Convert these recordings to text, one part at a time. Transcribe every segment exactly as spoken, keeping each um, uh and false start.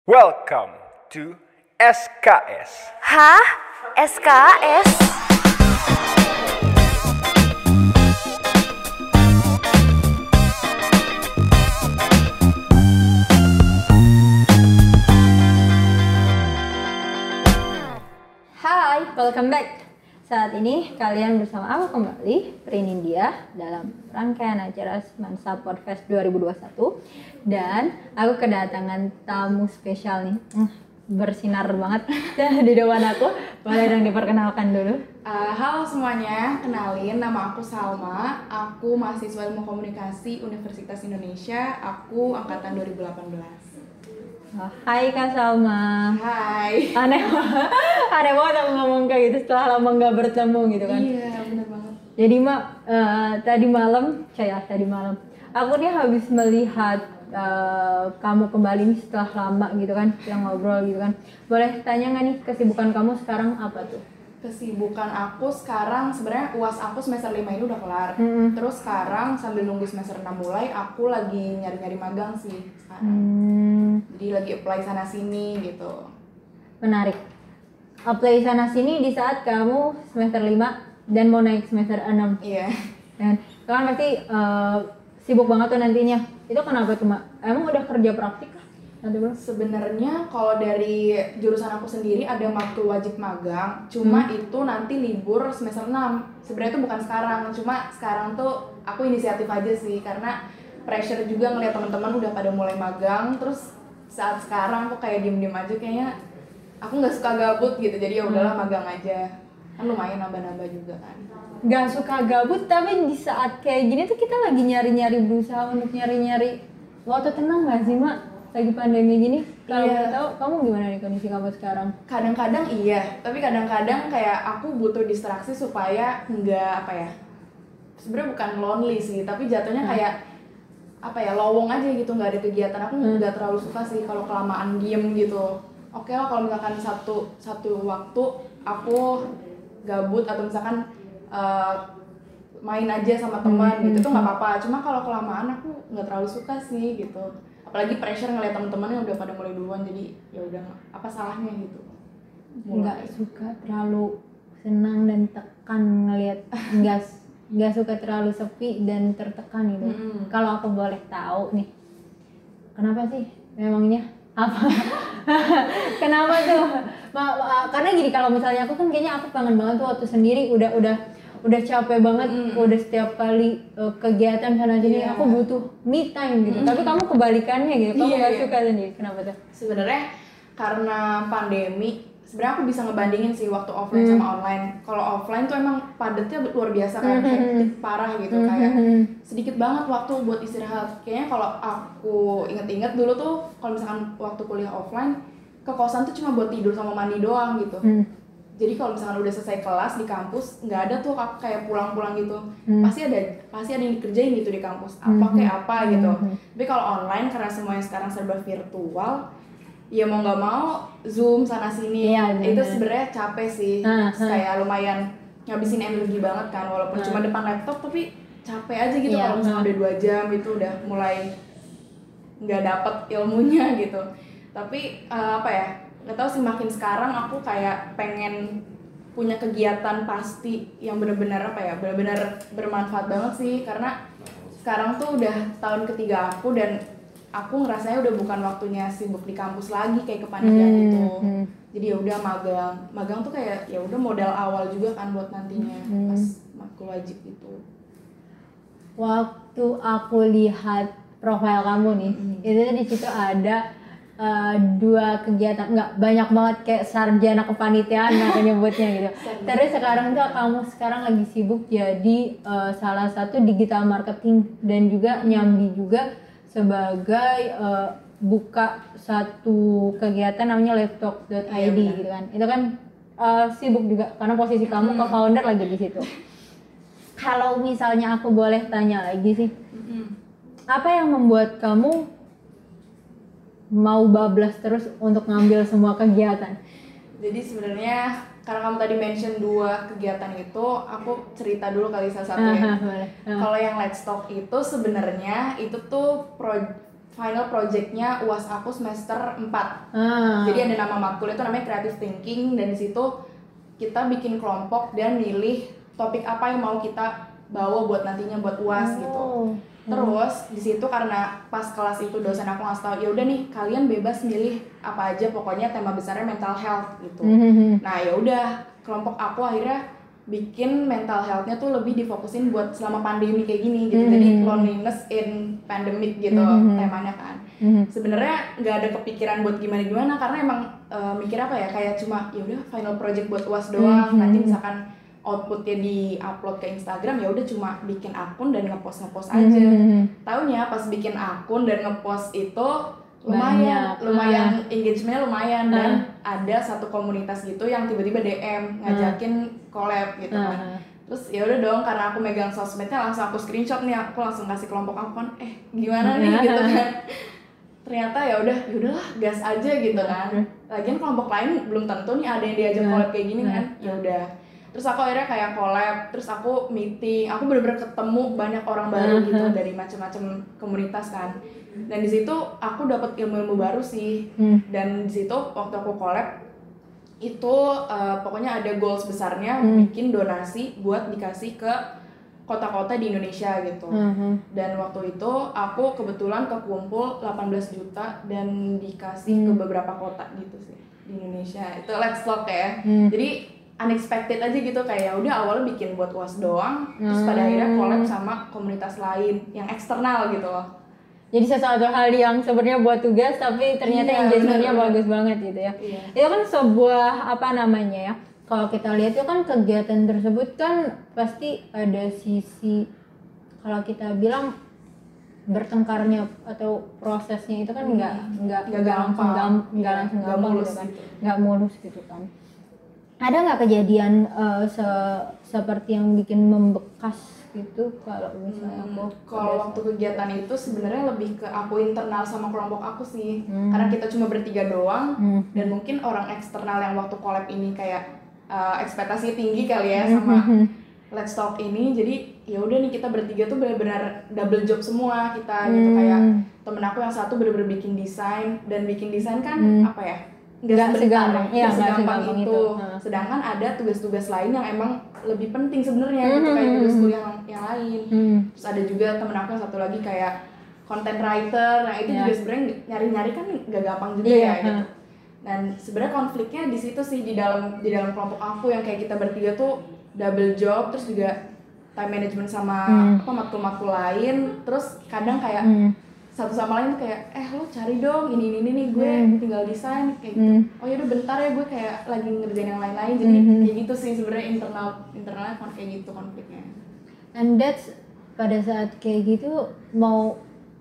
Welcome to S K S. Hah? S K S? Hai, welcome back. Saat ini kalian bersama aku kembali, Prinindya, dalam rangkaian acara Mansa Podfest dua ribu dua puluh satu. Dan aku kedatangan tamu spesial nih, hmm, bersinar banget di depan aku. Boleh dong diperkenalkan dulu? Uh, halo semuanya, kenalin nama aku Salma. Aku mahasiswa Ilmu Komunikasi Universitas Indonesia. Aku angkatan dua ribu delapan belas. Oh, hai Kak Salma. Hai. Aneh banget, aneh banget aku ngomong kayak gitu setelah lama nggak bertemu gitu kan. Iya, benar banget. Jadi mak, uh, tadi malam, saya tadi malam, aku nih habis melihat uh, kamu kembali nih setelah lama gitu kan, yang ngobrol gitu kan. Boleh tanya nggak nih kesibukan kamu sekarang apa tuh? Kesibukan aku sekarang sebenarnya U A S aku semester lima ini udah kelar. Mm-hmm. Terus sekarang sambil nunggu semester enam mulai, aku lagi nyari-nyari magang sih sekarang. Hmm, Jadi lagi apply sana sini gitu. menarik. Apply sana sini di saat kamu semester lima dan mau naik semester enam. Iya. Dan kan pasti uh, sibuk banget tuh nantinya. Itu kenapa tuh Mak? Emang udah kerja praktik kah? Nanti belum? Sebenarnya kalau dari jurusan aku sendiri ada matkul wajib magang, cuma Hmm. itu nanti libur semester enam. Sebenarnya itu bukan sekarang, cuma sekarang tuh aku inisiatif aja sih karena pressure juga ngeliat teman-teman udah pada mulai magang, terus saat sekarang aku kayak diem-diem aja kayaknya aku nggak suka gabut gitu, jadi ya udahlah magang aja. Kan lumayan nambah-nambah juga kan. Gak suka gabut, tapi di saat kayak gini tuh kita lagi nyari-nyari, berusaha untuk nyari-nyari waktu tenang gak sih Mak? Lagi pandemi gini, kalau Iya. boleh tahu kamu gimana nih kondisi kamu sekarang? Kadang-kadang iya, tapi kadang-kadang kayak aku butuh distraksi supaya nggak apa ya, sebenarnya bukan lonely sih, tapi jatuhnya Hmm. kayak apa ya, lowong aja gitu, nggak ada kegiatan. Aku Hmm. nggak terlalu suka sih kalau kelamaan diem gitu. Oke lah kalau misalkan satu satu waktu aku gabut atau misalkan uh, main aja sama teman Hmm. gitu tuh nggak apa-apa. Cuma kalau kelamaan aku nggak terlalu suka sih gitu. Apalagi pressure ngeliat teman-teman yang udah pada mulai duluan, jadi ya udah apa salahnya gitu. Nggak suka terlalu senang dan tekan ngelihat, nggak nggak suka terlalu sepi dan tertekan gitu. Mm-mm. Kalau aku boleh tahu nih, kenapa sih memangnya apa? Kenapa tuh? Ma- ma- karena gini, kalau misalnya aku kan kayaknya aku kangen banget tuh waktu sendiri, udah udah udah capek banget, Mm. udah setiap kali uh, kegiatan sana sini Iya. aku butuh me time gitu. Tapi kamu kebalikannya gitu, kamu Iya, nggak iya. suka sendiri. Kenapa tuh? Sebenarnya karena pandemi, sebenarnya aku bisa ngebandingin sih waktu offline sama online. Kalau offline tuh emang padatnya luar biasa kan, hektik parah gitu, kayak sedikit banget waktu buat istirahat. Kayaknya kalau aku inget-inget dulu tuh, kalau misalkan waktu kuliah offline, ke kosan tuh cuma buat tidur sama mandi doang gitu. Hmm. Jadi kalau misalkan udah selesai kelas di kampus, nggak ada tuh kak- kayak pulang-pulang gitu. Hmm. Pasti ada pasti ada yang dikerjain gitu di kampus. Apa kayak apa gitu. Hmm. Tapi kalau online karena semuanya sekarang serba virtual, ya mau nggak mau Zoom sana sini. Iya, itu bener. sebenarnya capek sih. Ah, ah. Kayak lumayan ngabisin energi banget kan, walaupun Ah. cuma depan laptop tapi capek aja gitu. Iya, Kalau misalnya ah. udah dua jam itu udah mulai nggak dapet ilmunya gitu. Tapi eh, apa ya, nggak tahu sih, makin sekarang aku kayak pengen punya kegiatan pasti yang benar-benar apa ya, benar-benar bermanfaat banget sih, karena sekarang tuh udah tahun ketiga aku dan aku ngerasanya udah bukan waktunya sibuk di kampus lagi kayak kepanitiaan Hmm, gitu. hmm. Jadi ya udah magang, magang tuh kayak ya udah modal awal juga kan buat nantinya Hmm. pas matkul wajib itu. Waktu aku lihat profil kamu nih, Hmm. itu di situ ada uh, dua kegiatan, nggak banyak banget, kayak sarjana kepanitiaan lah nyebutnya gitu. Terus sekarang tuh kamu sekarang lagi sibuk jadi uh, salah satu digital marketing dan juga nyambi juga sebagai uh, buka satu kegiatan namanya laptop dot i d Iya, benar. gitu kan. Itu kan uh, sibuk juga karena posisi kamu co-founder lagi di situ. Kalau misalnya aku boleh tanya lagi sih, apa yang membuat kamu mau bablas terus untuk ngambil semua kegiatan? Jadi sebenarnya karena kamu tadi mention dua kegiatan itu, aku cerita dulu kali salah satu ya. Aha, boleh. Ah. Kalau yang Let's Talk itu sebenarnya itu tuh pro final projectnya U A S aku semester empat. Ah. Jadi ada nama matkul itu namanya Creative Thinking, dan di situ kita bikin kelompok dan milih topik apa yang mau kita bawa buat nantinya buat U A S gitu. Oh. Terus di situ karena pas kelas itu dosen aku ngasih tahu, ya udah nih kalian bebas milih apa aja, pokoknya tema besarnya mental health gitu. Mhm. Nah ya udah, kelompok aku akhirnya bikin mental health-nya tuh lebih difokusin buat selama pandemi kayak gini gitu. Mhm. Jadi loneliness in pandemic gitu Mhm. temanya kan. Mhm. Sebenarnya nggak ada kepikiran buat gimana-gimana karena emang e, mikir apa ya, kayak cuma ya udah final project buat U A S doang. Mhm. Nanti misalkan outputnya di upload ke Instagram, ya udah cuma bikin akun dan ngepost ngepost aja. Mhm. Taunya pas bikin akun dan ngepost itu lumayan, Banyak. lumayan engagementnya lumayan, Ah. dan ada satu komunitas gitu yang tiba-tiba D M ngajakin collab gitu kan. Ah. Terus ya udah dong, karena aku megang sosmednya langsung aku screenshot nih, aku langsung kasih kelompok aku kan, eh gimana nih gitu kan. Ternyata ya udah, ya udahlah gas aja gitu kan. Lagian kelompok lain belum tentu nih ada yang diajak collab kayak gini kan. Ya udah. Terus aku akhirnya kayak collab, terus aku meeting, aku bener-bener ketemu banyak orang baru gitu dari macam-macam komunitas kan. Dan di situ aku dapat ilmu-ilmu baru sih. Dan di situ waktu aku collab itu uh, pokoknya ada goals besarnya bikin donasi buat dikasih ke kota-kota di Indonesia gitu. Dan waktu itu aku kebetulan kekumpul delapan belas juta dan dikasih ke beberapa kota gitu sih di Indonesia. Itu let's talk ya. Jadi unexpected aja gitu, kayak ya udah awalnya bikin buat U A S doang, terus pada akhirnya collab sama komunitas lain yang eksternal gitu loh. Jadi sesuatu hal yang sebenarnya buat tugas tapi ternyata Iya, engagementnya bener-bener. bagus banget gitu ya. Iya. Itu kan sebuah apa namanya ya? Kalau kita lihat itu kan kegiatan tersebut kan pasti ada sisi, kalau kita bilang bertengkarnya atau prosesnya itu kan nggak nggak Nggak langsung gampang. gam- nggak Iya, langsung nggak gampang mulus gitu kan, gitu. nggak mulus gitu kan. Ada nggak kejadian eh, se- seperti yang bikin membekas gitu kalau misalnya Hmm, aku kalau pada waktu kegiatan itu sebenarnya lebih ke aku internal sama kelompok aku sih, Hmm. karena kita cuma bertiga doang. Hmm. Dan mungkin orang eksternal yang waktu collab ini kayak uh, ekspektasi tinggi kali ya sama Let's Talk ini, jadi ya udah nih kita bertiga tuh benar-benar double job semua kita gitu. Hmm. Kayak temen aku yang satu benar-benar bikin desain, dan bikin desain kan Hmm. apa ya, Nggak sebentar, segampang, iya, nggak nggak segampang segampang itu. itu. Hmm. Sedangkan ada tugas-tugas lain yang emang lebih penting sebenarnya gitu, Hmm. kayak tugas kuliah yang, yang lain. Hmm. Terus ada juga temen aku yang satu lagi kayak content writer, nah itu Ya. juga sebenarnya nyari-nyari kan gak gampang juga Iya, ya gitu. ha. Dan sebenarnya konfliknya di situ sih, di dalam di dalam kelompok aku yang kayak kita bertiga tuh double job, terus juga time management sama Hmm. apa matkul-matkul lain, terus kadang kayak Hmm. satu sama lain tuh kayak eh lo cari dong ini ini ini nih gue Hmm. tinggal desain kayak gitu. Hmm. Oh yaudah bentar ya, gue kayak lagi ngerjain yang lain-lain, jadi Hmm. kayak gitu sih sebenarnya internal internalnya kon- kayak gitu konfliknya. And that's pada saat kayak gitu mau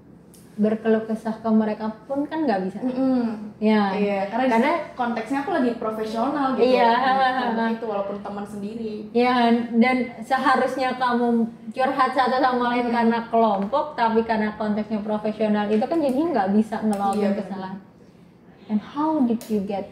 berkeluh kesah ke mereka pun kan nggak bisa. Mm-mm. Ya. Iya, karena, di Karena- situ konteksnya aku lagi profesional gitu. Iya, di ha, ha, kelompok ha. itu walaupun teman sendiri. Ya, dan seharusnya kamu curhat satu sama lain karena kelompok, tapi karena konteksnya profesional itu kan jadinya nggak bisa ngeluapin Iya, benar. kesalahan. And how did you get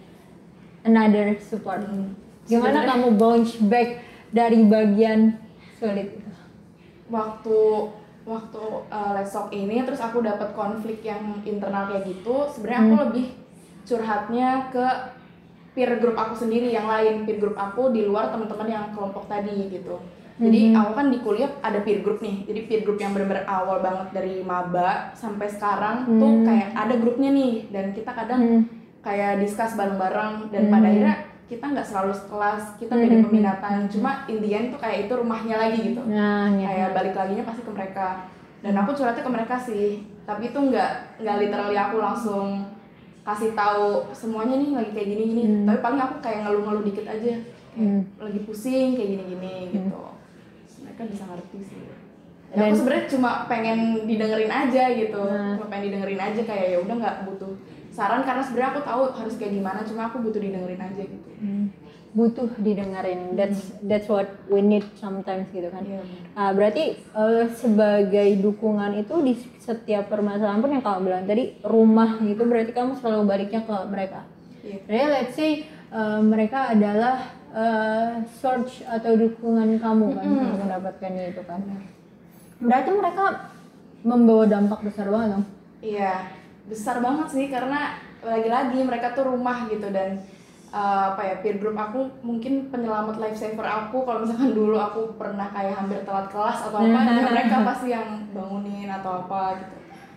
another support? Hmm. Gimana Sebenarnya- kamu bounce back dari bagian sulit itu? Waktu waktu uh, Let's Talk ini terus aku dapat konflik yang internal kayak gitu, sebenarnya aku Hmm. lebih curhatnya ke peer group aku sendiri yang lain, peer group aku di luar teman-teman yang kelompok tadi gitu. Jadi Mhm. aku kan di kuliah ada peer group nih, jadi peer group yang bener-bener awal banget dari maba sampai sekarang tuh Hmm. kayak ada grupnya nih, dan kita kadang Hmm. kayak discuss bareng-bareng, dan Hmm. pada akhirnya kita nggak selalu sekelas, kita beda Hmm. peminatan, cuma in the end tuh kayak itu rumahnya lagi gitu. Nah, ya. Kayak balik laginya pasti ke mereka, dan aku curhatnya ke mereka sih, tapi itu nggak nggak literally aku langsung kasih tahu semuanya nih lagi kayak gini-gini, Hmm. tapi paling aku kayak ngeluh-ngeluh dikit aja, kayak Hmm. lagi pusing kayak gini-gini gitu. Terus mereka bisa ngerti sih. Ya, Dan- aku sebenarnya cuma pengen didengerin aja gitu, Nah. cuma pengen didengerin aja, kayak ya udah nggak butuh saran karena sebenarnya aku tahu harus kayak gimana, cuma aku butuh didengerin aja gitu. Hmm. Butuh didengerin. That's that's what we need sometimes gitu kan. Iya, benar. Ah, berarti eh, sebagai dukungan itu di setiap permasalahan pun yang kamu bilang tadi rumah gitu, berarti kamu selalu baliknya ke mereka. Iya. Jadi let's say eh, mereka adalah eh, source atau dukungan kamu kan untuk mendapatkannya itu kan. Berarti mereka membawa dampak besar banget dong. Iya, besar banget sih, karena lagi-lagi mereka tuh rumah gitu, dan uh, apa ya, peer group aku mungkin penyelamat lifesaver aku. Kalau misalkan dulu aku pernah kayak hampir telat kelas atau apa, ya mereka pasti yang bangunin atau apa gitu.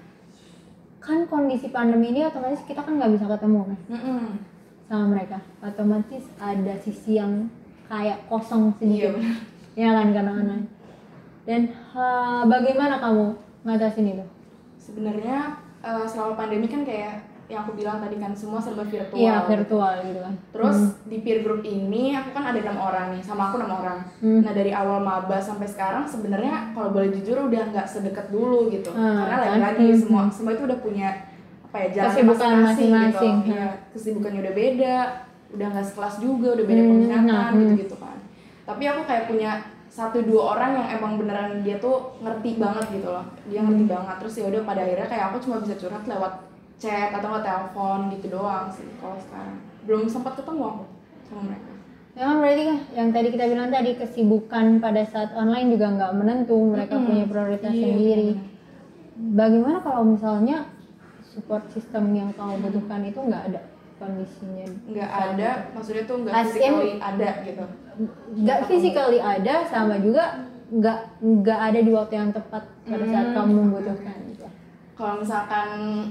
Kan kondisi pandemi ini otomatis kita kan nggak bisa ketemu kan Mm-mm. sama mereka, otomatis ada sisi yang kayak kosong sedikit. Iya benar. Ya kan, karena online. Dan uh, bagaimana kamu ngatasin itu? Sebenarnya uh, selama pandemi kan kayak yang aku bilang tadi kan, semua serba virtual. Iya, virtual gitu kan. Terus Hmm. di peer group ini aku kan ada enam orang nih, sama aku enam orang. Hmm. Nah dari awal maba sampai sekarang sebenarnya kalau boleh jujur udah nggak sedekat dulu gitu. Ah, Karena kan? lagi-lagi Hmm. semua semua itu udah punya apa ya, jalan Kesibukan masing-masing. gitu. Ya, kesibukannya udah beda, udah nggak sekelas juga, udah beda Hmm, peminatan nah, hmm. gitu-gitu kan. Tapi aku kayak punya satu dua orang yang emang beneran dia tuh ngerti banget gitu loh. Dia ngerti Hmm. banget. Terus ya udah pada akhirnya kayak aku cuma bisa curhat lewat chat atau nggak telepon gitu doang sih kalau sekarang. Belum sempat ketemu aku sama mereka. Memang berarti kan yang tadi kita bilang tadi, kesibukan pada saat online juga nggak menentu, mereka Mm-mm. punya prioritas Iya, sendiri. benar. Bagaimana kalau misalnya support system yang kamu butuhkan itu nggak ada kondisinya? Nggak ada, maksudnya tuh nggak As in- physically ada gitu. Nggak physically ada, sama juga nggak nggak ada di waktu yang tepat pada saat Hmm. kamu membutuhkan gitu. Kalau misalkan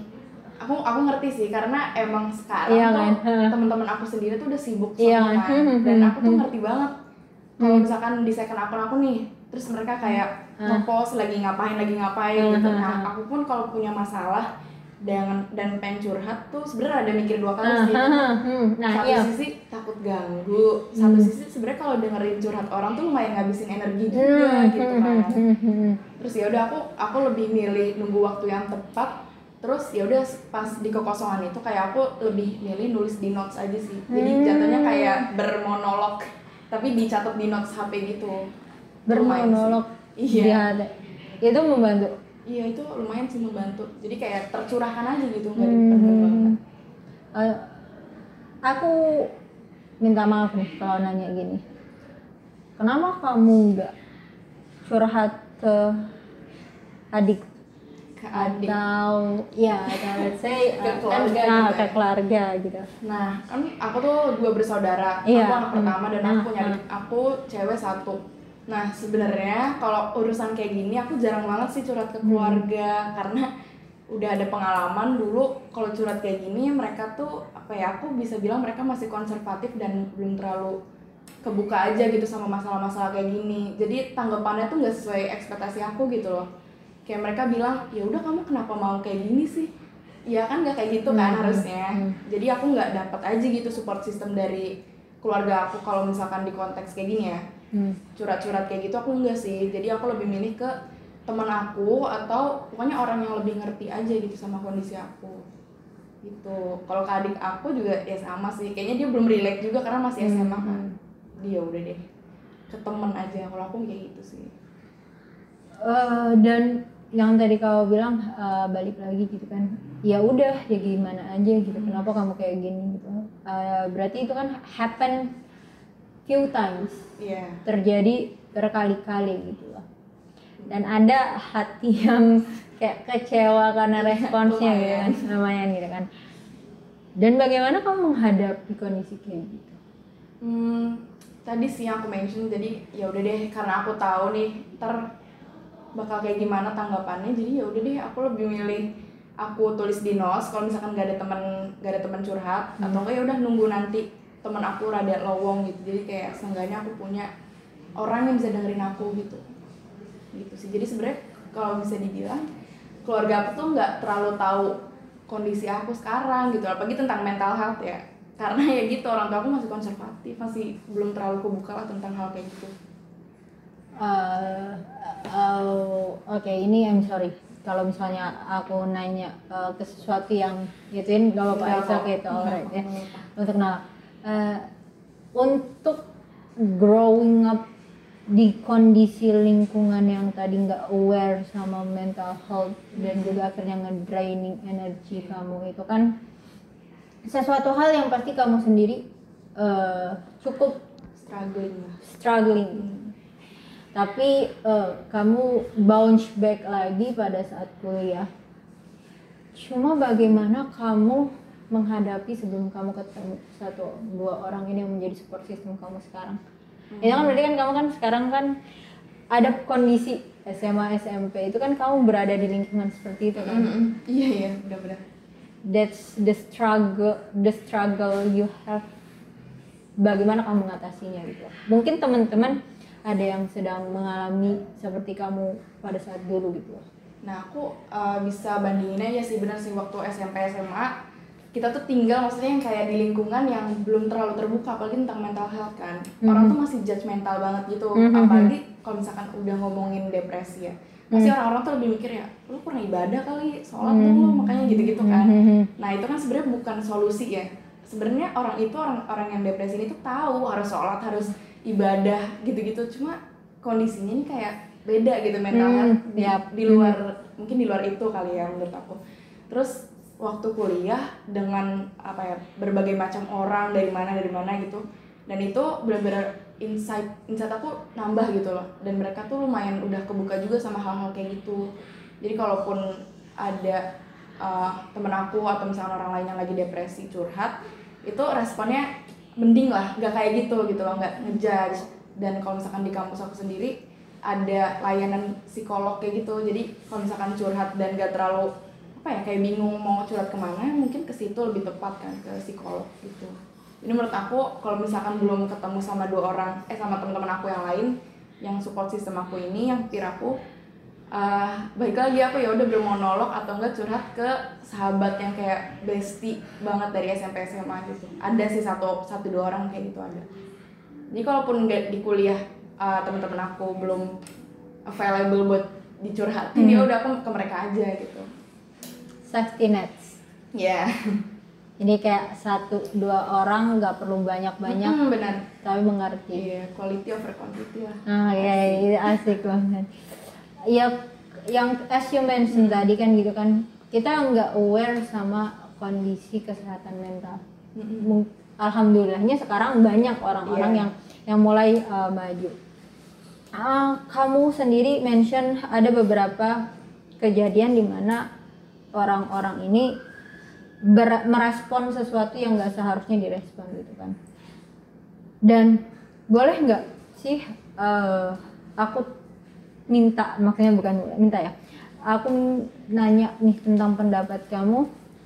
aku aku ngerti sih, karena emang sekarang Iya tuh kan? teman-teman aku sendiri tuh udah sibuk Iya semua kan? kan. Dan aku tuh Hmm. ngerti banget kalau misalkan di second akun aku nih, terus mereka kayak nge-post lagi ngapain lagi ngapain gitu. Nah aku pun kalau punya masalah dan dan pengen curhat tuh sebenarnya ada mikir dua kali sih. Hmm. Nah Satu iya. sisi takut ganggu, satu sisi sebenarnya kalau dengerin curhat orang tuh lumayan ngabisin energi juga Hmm. gitu Hmm. kan. Hmm. Hmm. Terus ya udah aku aku lebih milih nunggu waktu yang tepat. Terus ya udah pas di kekosongan itu kayak aku lebih milih nulis di notes aja sih. Jadi Hmm. jatuhnya kayak bermonolog tapi dicatat di notes H P gitu. Lumayan Bermonolog sih. di Iya. hati. Itu membantu. Iya itu lumayan sih membantu. Jadi kayak tercurahkan aja gitu, nggak dipendam banget. Eh, aku minta maaf nih kalau nanya gini. Kenapa kamu nggak curhat ke adik Ke adik. atau ya atau let's say Ke eh, keluarga kan, ah, juga ke ya. keluarga gitu. Nah, kan aku tuh dua bersaudara. Iya. Aku anak pertama dan aku Hmm. punya adik aku cewek satu. Nah, sebenarnya kalau urusan kayak gini aku jarang banget sih curhat ke keluarga karena udah ada pengalaman dulu kalau curhat kayak gini mereka tuh apa ya, aku bisa bilang mereka masih konservatif dan belum terlalu kebuka aja gitu sama masalah-masalah kayak gini. Jadi tanggapannya tuh nggak sesuai ekspektasi aku gitu loh. Kayak mereka bilang, "Ya udah kamu kenapa mau kayak gini sih?" Ya kan nggak kayak gitu kan Hmm. harusnya. Hmm. Jadi aku nggak dapat aja gitu support system dari keluarga aku kalau misalkan di konteks kayak gini ya. Hmm. Curhat-curhat kayak gitu aku enggak sih. Jadi aku lebih milih ke teman aku atau pokoknya orang yang lebih ngerti aja gitu sama kondisi aku. Gitu. Kalau ke adik aku juga ya sama sih. Kayaknya dia belum relate juga karena masih S M A kan. Dia udah deh. Ke temen aja kalau aku kayak gitu sih. Eh, dan yang tadi kau bilang eh, balik lagi gitu kan, ya udah ya gimana aja gitu, kenapa kamu kayak gini gitu. Eh, berarti itu kan happen few times, Iya. terjadi berkali-kali gitu loh. Dan ada hati yang kayak kecewa karena responsnya gitu kan, lumayan gitu kan. Dan bagaimana kamu menghadapi kondisi kayak gitu? Hmm, tadi sih yang aku mention, jadi ya udah deh karena aku tahu nih ntar bakal kayak gimana tanggapannya, jadi ya udah deh aku lebih milih aku tulis di notes kalau misalkan gak ada teman gak ada teman curhat Hmm. atau enggak ya udah nunggu nanti teman aku rada lowong gitu, jadi kayak seenggaknya aku punya orang yang bisa dengerin aku gitu gitu sih. Jadi sebenarnya kalau bisa dibilang keluarga aku tuh nggak terlalu tahu kondisi aku sekarang gitu, apalagi tentang mental health ya, karena ya gitu orang tua aku masih konservatif, masih belum terlalu kebuka lah tentang hal kayak gitu. Eh, oh, oke, ini I'm sorry kalau misalnya aku nanya eh, ke sesuatu yang gituin, gak apa-apa, Nggak it's okay, apa-apa. itu alright ya. Nggak apa-apa. Untuk Nala, eh, untuk growing up di kondisi lingkungan yang tadi nggak aware sama mental health dan juga akhirnya nge-draining energi kamu, itu kan sesuatu hal yang pasti kamu sendiri eh, cukup Struggling lah. struggling. Tapi eh, kamu bounce back lagi pada saat kuliah. Cuma bagaimana kamu menghadapi sebelum kamu ketemu satu dua orang ini yang menjadi support system kamu sekarang? Hmm. Itu kan berarti kan kamu kan sekarang kan ada kondisi S M A S M P itu kan kamu berada di lingkungan seperti itu kan? Mm-hmm. Iya iya benar-benar. That's the struggle the struggle you have. Bagaimana kamu mengatasinya gitu? Mungkin teman-teman ada yang sedang mengalami seperti kamu pada saat dulu gitu. Nah aku uh, bisa bandingin aja sih, benar sih, waktu S M P S M A kita tuh tinggal maksudnya yang kayak di lingkungan yang belum terlalu terbuka apalagi tentang mental health kan. Mm-hmm. Orang tuh masih judgmental banget gitu. Mm-hmm. Apalagi kalau misalkan udah ngomongin depresi ya. Pasti mm-hmm. orang-orang tuh lebih mikir ya, lu pernah ibadah kali, sholat mm-hmm. tuh lu, makanya gitu-gitu kan. Mm-hmm. Nah itu kan sebenarnya bukan solusi ya. Sebenarnya orang itu orang-orang yang depresi ini tuh tahu harus sholat, harus ibadah gitu-gitu. Cuma kondisinya ini kayak beda gitu mental health mm-hmm. di, yep. di luar mm-hmm. mungkin di luar itu kali ya menurut aku. Terus waktu kuliah dengan apa ya berbagai macam orang dari mana dari mana gitu, dan itu benar-benar insight insight aku nambah gitu loh, dan mereka tuh lumayan udah kebuka juga sama hal-hal kayak gitu. Jadi kalaupun ada uh, temen aku atau misalnya orang lain yang lagi depresi curhat, itu responnya mending lah, nggak kayak gitu gitu loh, nggak ngejudge. Dan kalau misalkan di kampus aku sendiri ada layanan psikolog kayak gitu, jadi kalau misalkan curhat dan nggak terlalu apa ya kayak bingung mau curhat kemana, mungkin ke situ lebih tepat kan, ke psikolog gitu. Ini menurut aku kalau misalkan belum ketemu sama dua orang eh sama teman-teman aku yang lain yang support system aku ini, yang peer aku, uh, baik lagi aku ya udah bermonolog atau enggak curhat ke sahabat yang kayak bestie banget dari S M P S M A gitu. Ada sih satu satu dua orang kayak gitu ada. Jadi kalaupun nggak di kuliah uh, teman-teman aku belum available buat dicurhatin, hmm. ya udah aku ke mereka aja gitu. Safety nets. Ya. Yeah. Jadi kayak satu dua orang, nggak perlu banyak-banyak, hmm, benar. Tapi mengerti. Iya, yeah, quality over quantity lah. Ah iya, iya asik banget. Ya, yang as you mention hmm. tadi kan gitu kan, kita nggak aware sama kondisi kesehatan mental. Hmm. Alhamdulillahnya sekarang banyak orang-orang yeah. yang yang mulai uh, maju. Ah, kamu sendiri mention ada beberapa kejadian di mana orang-orang ini ber- merespon sesuatu yang nggak seharusnya direspon gitu kan. Dan boleh nggak sih uh, aku minta, maksudnya bukan minta ya, aku nanya nih tentang pendapat kamu.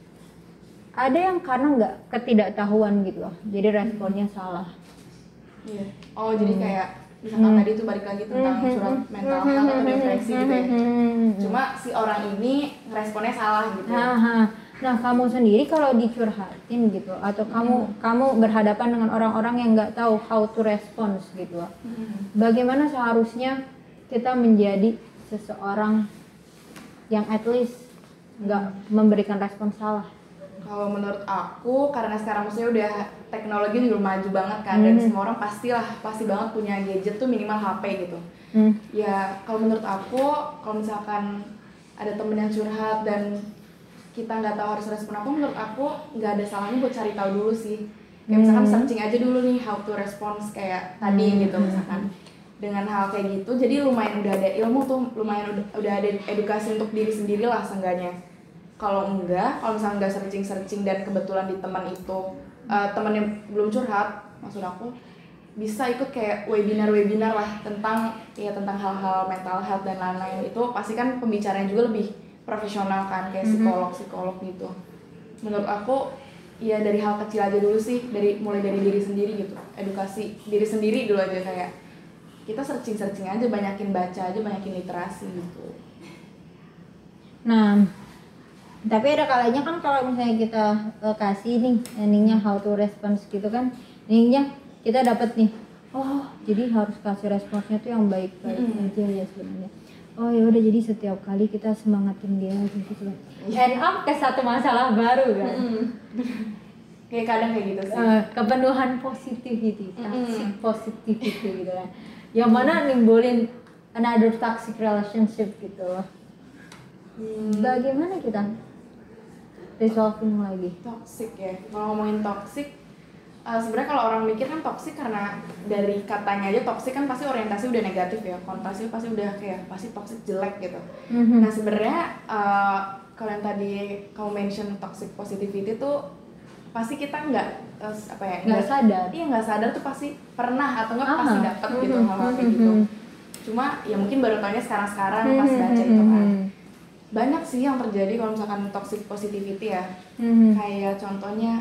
Ada yang karena nggak ketidaktahuan gitu loh, jadi responnya salah. Iya. Oh jadi kayak misalkan hmm. tadi tuh balik lagi tentang hmm. surat mental health atau depresi gitu ya. Cuma si orang ini ngeresponnya salah gitu ya. Nah, nah kamu sendiri kalau dicurhatin gitu atau kamu hmm. kamu berhadapan dengan orang-orang yang nggak tahu how to response gitu, hmm. bagaimana seharusnya kita menjadi seseorang yang at least nggak hmm. memberikan respon salah? Kalau menurut aku, karena sekarang maksudnya udah teknologi juga maju banget kan, mm-hmm. dan semua orang pastilah pasti banget punya gadget tuh minimal H P gitu. Mm. Ya kalau menurut aku, kalau misalkan ada temen yang curhat dan kita nggak tahu harus respon apa, menurut aku nggak ada salahnya buat cari tahu dulu sih. Kayak misalkan mm-hmm. searching aja dulu nih how to response kayak tadi mm-hmm. gitu misalkan. Dengan hal kayak gitu, jadi lumayan udah ada ilmu tuh, lumayan udah, udah ada edukasi untuk diri sendiri lah seenggaknya. Kalau enggak, kalau misalnya enggak searching-searching dan kebetulan di teman itu uh, teman yang belum curhat, maksud aku bisa ikut kayak webinar-webinar lah tentang ya tentang hal-hal mental health dan lain-lain. Itu pasti kan pembicaranya juga lebih profesional kan, kayak psikolog-psikolog gitu. Menurut aku ya dari hal kecil aja dulu sih, dari mulai dari diri sendiri gitu, edukasi diri sendiri dulu aja, kayak kita searching-searching aja, banyakin baca aja, banyakin literasi gitu. Nah, tapi ada kalanya kan kalau misalnya kita uh, kasih nih ininya how to response gitu kan, ininya kita dapat nih, oh jadi harus kasih responsnya tuh yang baik-baik mm-hmm. aja ya sebenarnya. Oh ya udah, jadi setiap kali kita semangatin dia gitu kan. End up ke satu masalah baru kan. Mm-hmm. Kayak kadang kayak gitu sih. Uh, kepenuhan positivity, toxic mm-hmm. positivity gitu kan. Yang mana nimbulin another toxic relationship gitu loh. Hmm. Bagaimana kita resolving lagi? Toxic ya. Kalau ngomongin toxic, uh, sebenarnya kalau orang mikir kan toxic karena dari katanya aja toxic kan pasti orientasi udah negatif ya. Konotasi pasti udah kayak pasti toxic jelek gitu. Mm-hmm. Nah sebenarnya uh, kalau yang tadi kamu mention toxic positivity tuh pasti kita nggak uh, apa ya nggak sadar. Iya nggak sadar tuh pasti pernah atau nggak Aha. pasti dapat gitu Mhm, hal-hal kayak mhm, gitu. mhm. Cuma ya mungkin baru taunya sekarang-sekarang Mhm, pas baca itu mhm, kan. mhm. Banyak sih yang terjadi kalau misalkan toxic positivity ya. Mhm. Kayak contohnya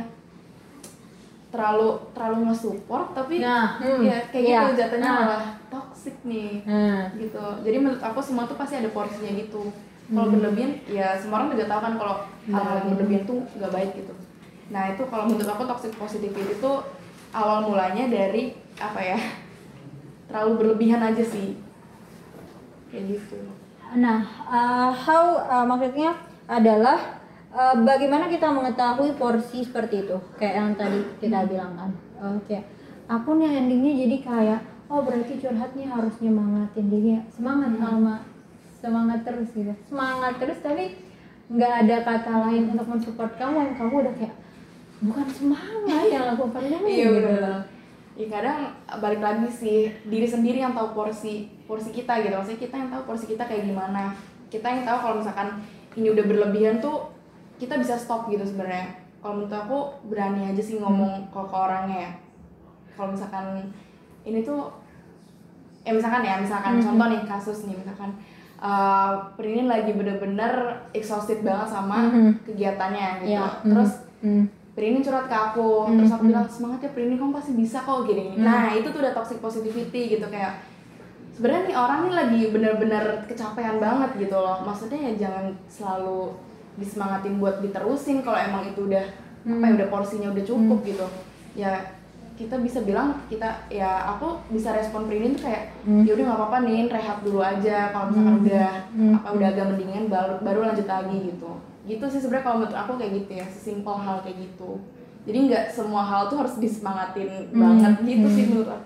terlalu terlalu nge-support tapi Nah, hmm, ya kayak iya. gitu jatuhnya Nah. malah toxic nih. Nah. Gitu. Jadi menurut aku semua tuh pasti ada porsinya gitu. Kalau Hmm. berlebihan ya semua orang juga tahu kan kalau hal-hal yang berlebihan tuh nggak baik gitu. Nah itu kalau menurut aku toxic positivity itu awal mulanya dari apa ya, terlalu berlebihan aja sih kayak gitu. Nah, uh, how uh, maksudnya adalah uh, bagaimana kita mengetahui porsi seperti itu, kayak yang tadi kita bilang kan. Oke, aku nih endingnya jadi kayak, oh berarti curhatnya harus nyemangatin dia, semangat Alma, semangat terus gitu, semangat terus tapi nggak ada kata lain untuk mensupport kamu, yang kamu udah kayak bukan semangat yang aku perluin Iya gitu. benar. Ya kadang balik lagi sih diri sendiri yang tahu porsi porsi kita gitu, maksudnya kita yang tahu porsi kita kayak gimana, kita yang tahu kalau misalkan ini udah berlebihan tuh kita bisa stop gitu sebenarnya. Kalau menurut aku berani aja sih ngomong ke, ke orangnya ya. Kalau misalkan ini tuh ya misalkan ya misalkan Mm-hmm. contoh nih kasus nih misalkan uh, Prini lagi bener-bener exhausted banget sama Mm-hmm. kegiatannya gitu. Ya, Terus mm-hmm. Prini curhat ke aku, Hmm, terus aku hmm. bilang semangat ya Prini, kamu pasti bisa kok gini. Hmm. Nah itu tuh udah toxic positivity gitu, kayak sebenarnya nih orang nih lagi bener-bener kecapean banget gitu loh. Maksudnya ya jangan selalu disemangatin buat diterusin kalau emang itu udah Hmm. apa ya udah porsinya udah cukup gitu. Ya kita bisa bilang kita ya aku bisa respon Prini tuh kayak Hmm. ya udah nggak apa-apa nih rehat dulu aja, kalau misalkan Hmm. udah Hmm. apa udah agak mendingan baru baru lanjut lagi gitu. Gitu sih sebenarnya kalau menurut aku kayak gitu ya, sesimpel hal kayak gitu. Jadi nggak semua hal tuh harus disemangatin Hmm. banget gitu Hmm. sih menurut aku.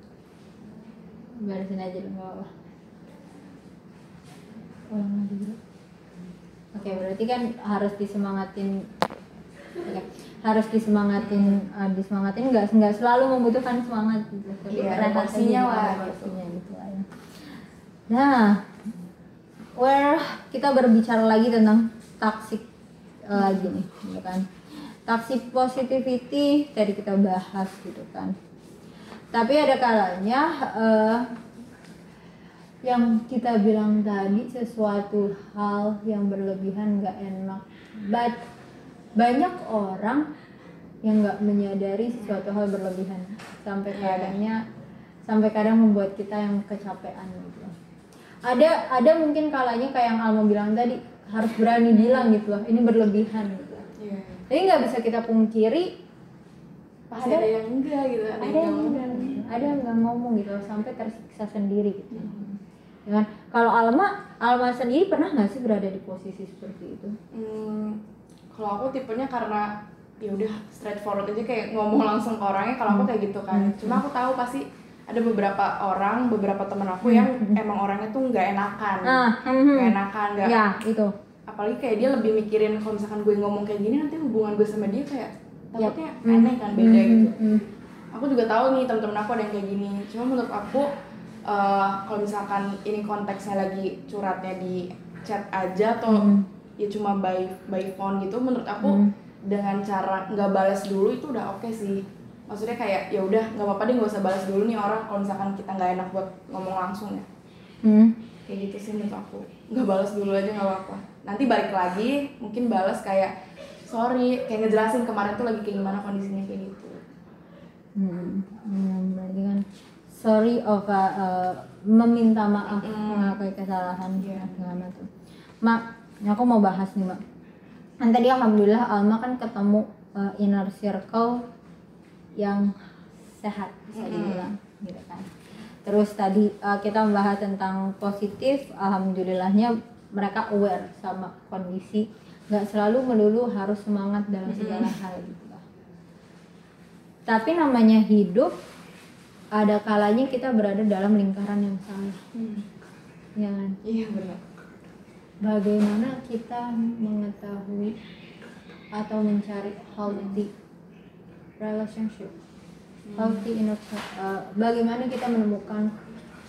Barisin aja dulu, nggak apa-apa. Ulang lagi dulu. Oke, berarti kan harus disemangatin. Oke, harus disemangatin, uh, disemangatin nggak nggak selalu membutuhkan semangat gitu. Tapi Iya, ada rehat porsinya aja, lah, ada gitu. porsinya gitu lah ya. Nah, well kita berbicara lagi tentang toxic uh, lagi nih, gitu kan. Toxic positivity tadi kita bahas gitu kan. Tapi ada kalanya uh, yang kita bilang tadi sesuatu hal yang berlebihan nggak enak. But banyak orang yang nggak menyadari sesuatu hal berlebihan sampai kadangnya sampai kadang membuat kita yang kecapean gitu. Ada ada mungkin kalanya kayak yang Alma bilang tadi harus berani bilang gitu loh, ini berlebihan gitu. Iya. Jadi nggak bisa kita pungkiri Pasti Ada- ada, yang enggak gitu, ada, ada yang yang enggak. nggak ada yang nggak ngomong gitu sampai tersiksa sendiri gitu. Ya kan? Kalau Alma Alma sendiri pernah nggak sih berada di posisi seperti itu? Hmm, kalau aku tipenya karena ya udah straightforward aja kayak ngomong langsung ke orangnya kalau aku kayak gitu kan. Hmm. Cuma aku tahu pasti ada beberapa orang, beberapa teman aku yang emang orangnya tuh nggak enakan, Ah, nggak enakan, nggak. ya itu. Apalagi kayak dia lebih mikirin kalau misalkan gue ngomong kayak gini nanti hubungan gue sama dia kayak takutnya Hmm. aneh kan, beda Hmm, gitu. hmm, Aku juga tahu nih teman-teman aku ada yang kayak gini. Cuma menurut aku uh, kalau misalkan ini konteksnya lagi curhatnya di chat aja atau Hmm. ya cuma by by phone gitu, menurut aku Hmm. dengan cara nggak balas dulu itu udah oke sih. Maksudnya kayak ya udah nggak apa-apa deh, nggak usah balas dulu nih orang kalau misalkan kita nggak enak buat ngomong langsung ya. Hmm. Kayak gitu sih menurut aku, nggak balas dulu aja nggak apa-apa. Nanti balik lagi mungkin balas kayak sorry, kayak ngejelasin kemarin tuh lagi kayak gimana kondisinya kayak gitu. Hmm, hmm, berarti kan sorry of uh, uh, meminta maaf, Mm. mengakui kesalahan Iya. segala macam. Mak, aku mau bahas nih Mak. Kan tadi alhamdulillah Alma kan ketemu uh, inner circle yang sehat bisa Mm. dibilang, gitu kan. Terus tadi uh, kita membahas tentang positif, alhamdulillahnya mereka aware sama kondisi, nggak selalu melulu harus semangat dalam segala hal gitu lah. Tapi namanya hidup, ada kalanya kita berada dalam lingkaran yang salah, Hmm. ya kan? Iya benar. Bagaimana kita mengetahui atau mencari healthy relationship, healthy inner circle? Uh, bagaimana kita menemukan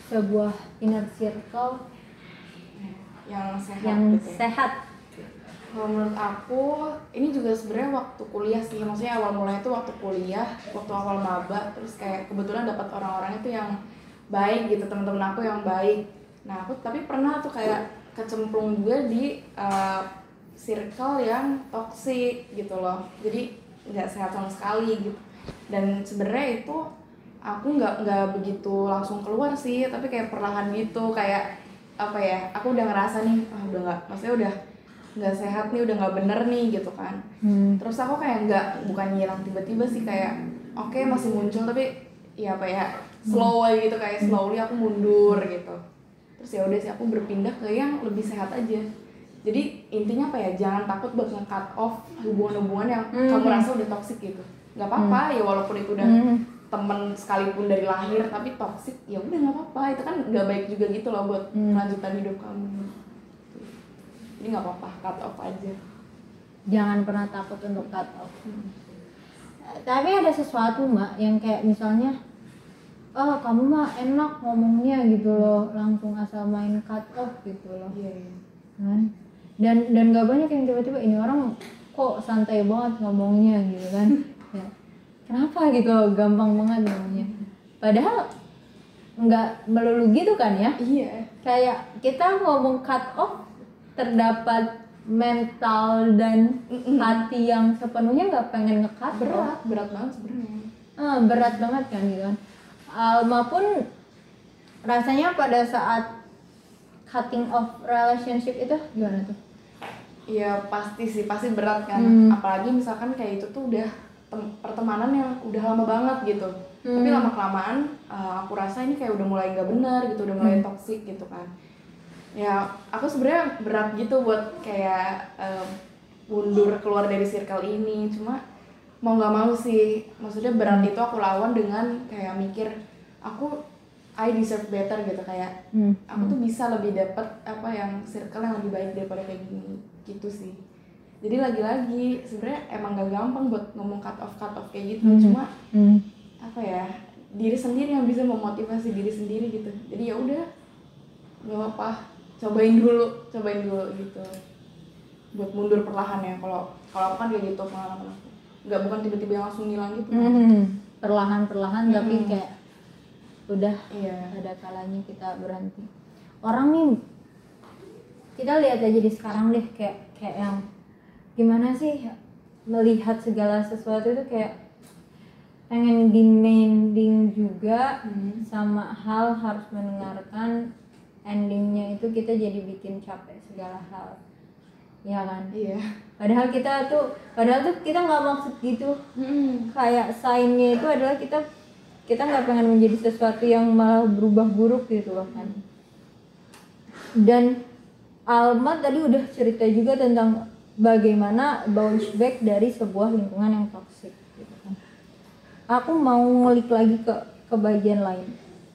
sebuah inner circle Yang sehat yang gitu ya. sehat? Kalau menurut aku, ini juga sebenarnya waktu kuliah sih. Maksudnya awal mulanya itu waktu kuliah, waktu awal maba, terus kayak kebetulan dapat orang-orang itu yang baik gitu, teman-teman aku yang baik. Nah, aku tapi pernah tuh kayak kecemplung juga di uh, circle yang toxic gitu loh. Jadi nggak sehat sama sekali gitu. Dan sebenarnya itu aku nggak nggak begitu langsung keluar sih, tapi kayak perlahan gitu, kayak apa ya? Aku udah ngerasa nih, ah udah nggak, maksudnya udah nggak sehat nih, udah nggak bener nih gitu kan. hmm. Terus aku kayak nggak, bukan ngilang tiba-tiba sih, kayak oke okay, masih muncul tapi ya apa ya, slow aja gitu, kayak slowly aku mundur gitu. Terus ya udah sih aku berpindah ke yang lebih sehat aja. Jadi intinya apa ya, jangan takut buat nge-cut off hubungan-hubungan yang hmm. kamu rasa udah toxic gitu. Nggak apa-apa hmm. ya, walaupun itu udah hmm. temen sekalipun dari lahir tapi toxic, ya udah nggak apa-apa, itu kan nggak baik juga gitu loh buat hmm. melanjutkan hidup kamu. Ini nggak apa-apa, cut off aja. Jangan pernah takut untuk cut off. Hmm. Tapi ada sesuatu mbak yang kayak misalnya, oh kamu mah enak ngomongnya gitu loh, langsung asal main cut off gitu loh. Iya. Yeah, yeah. Kan? Dan dan nggak banyak yang tiba-tiba ini orang kok santai banget ngomongnya gitu kan? Ya. Kenapa gitu, gampang banget ngomongnya. Padahal nggak melulu gitu kan ya? Iya. Kayak kita ngomong cut off, terdapat mental dan Mm-mm. hati yang sepenuhnya nggak pengen nge-cut. Berat, berat banget sebenarnya. Ah, berat banget kan gitu kan. Alma pun rasanya pada saat cutting off relationship itu gimana tuh? Iya pasti sih, pasti berat kan. Hmm. Apalagi misalkan kayak itu tuh udah tem- pertemanan yang udah lama banget gitu. Hmm. Tapi lama-kelamaan uh, aku rasa ini kayak udah mulai nggak benar gitu, udah mulai hmm. toxic gitu kan. Ya aku sebenarnya berat gitu buat kayak um, mundur keluar dari circle ini, cuma mau nggak mau sih, maksudnya berat hmm. itu aku lawan dengan kayak mikir aku I deserve better gitu, kayak hmm. aku tuh bisa lebih dapet apa yang circle yang lebih baik daripada kayak gini gitu sih. Jadi lagi-lagi sebenarnya emang gak gampang buat ngomong cut off cut off kayak gitu, hmm. cuma hmm. apa ya, diri sendiri yang bisa memotivasi diri sendiri gitu. Jadi ya udah nggak apa-apa, cobain dulu, cobain dulu gitu, buat mundur perlahan ya. Kalau kalau aku kan kayak gitu pengalaman aku, nggak bukan tiba-tiba langsung ngilang gitu kan. Mm-hmm. Perlahan-perlahan mm-hmm. tapi kayak udah iya. ada kalanya kita berhenti. Orang nih kita lihat aja di sekarang deh, kayak kayak yang gimana sih melihat segala sesuatu itu kayak pengen demanding juga hmm. sama hal harus mendengarkan endingnya itu kita jadi bikin capek segala hal, ya kan? Iya. Padahal kita tuh, padahal tuh kita nggak maksud gitu. Hmm. Kayak sign-nya itu adalah kita kita nggak pengen menjadi sesuatu yang malah berubah buruk gitu loh kan. Dan Alma tadi udah cerita juga tentang bagaimana bounce back dari sebuah lingkungan yang toksik gitu kan. Aku mau ngulik lagi ke ke bagian lain.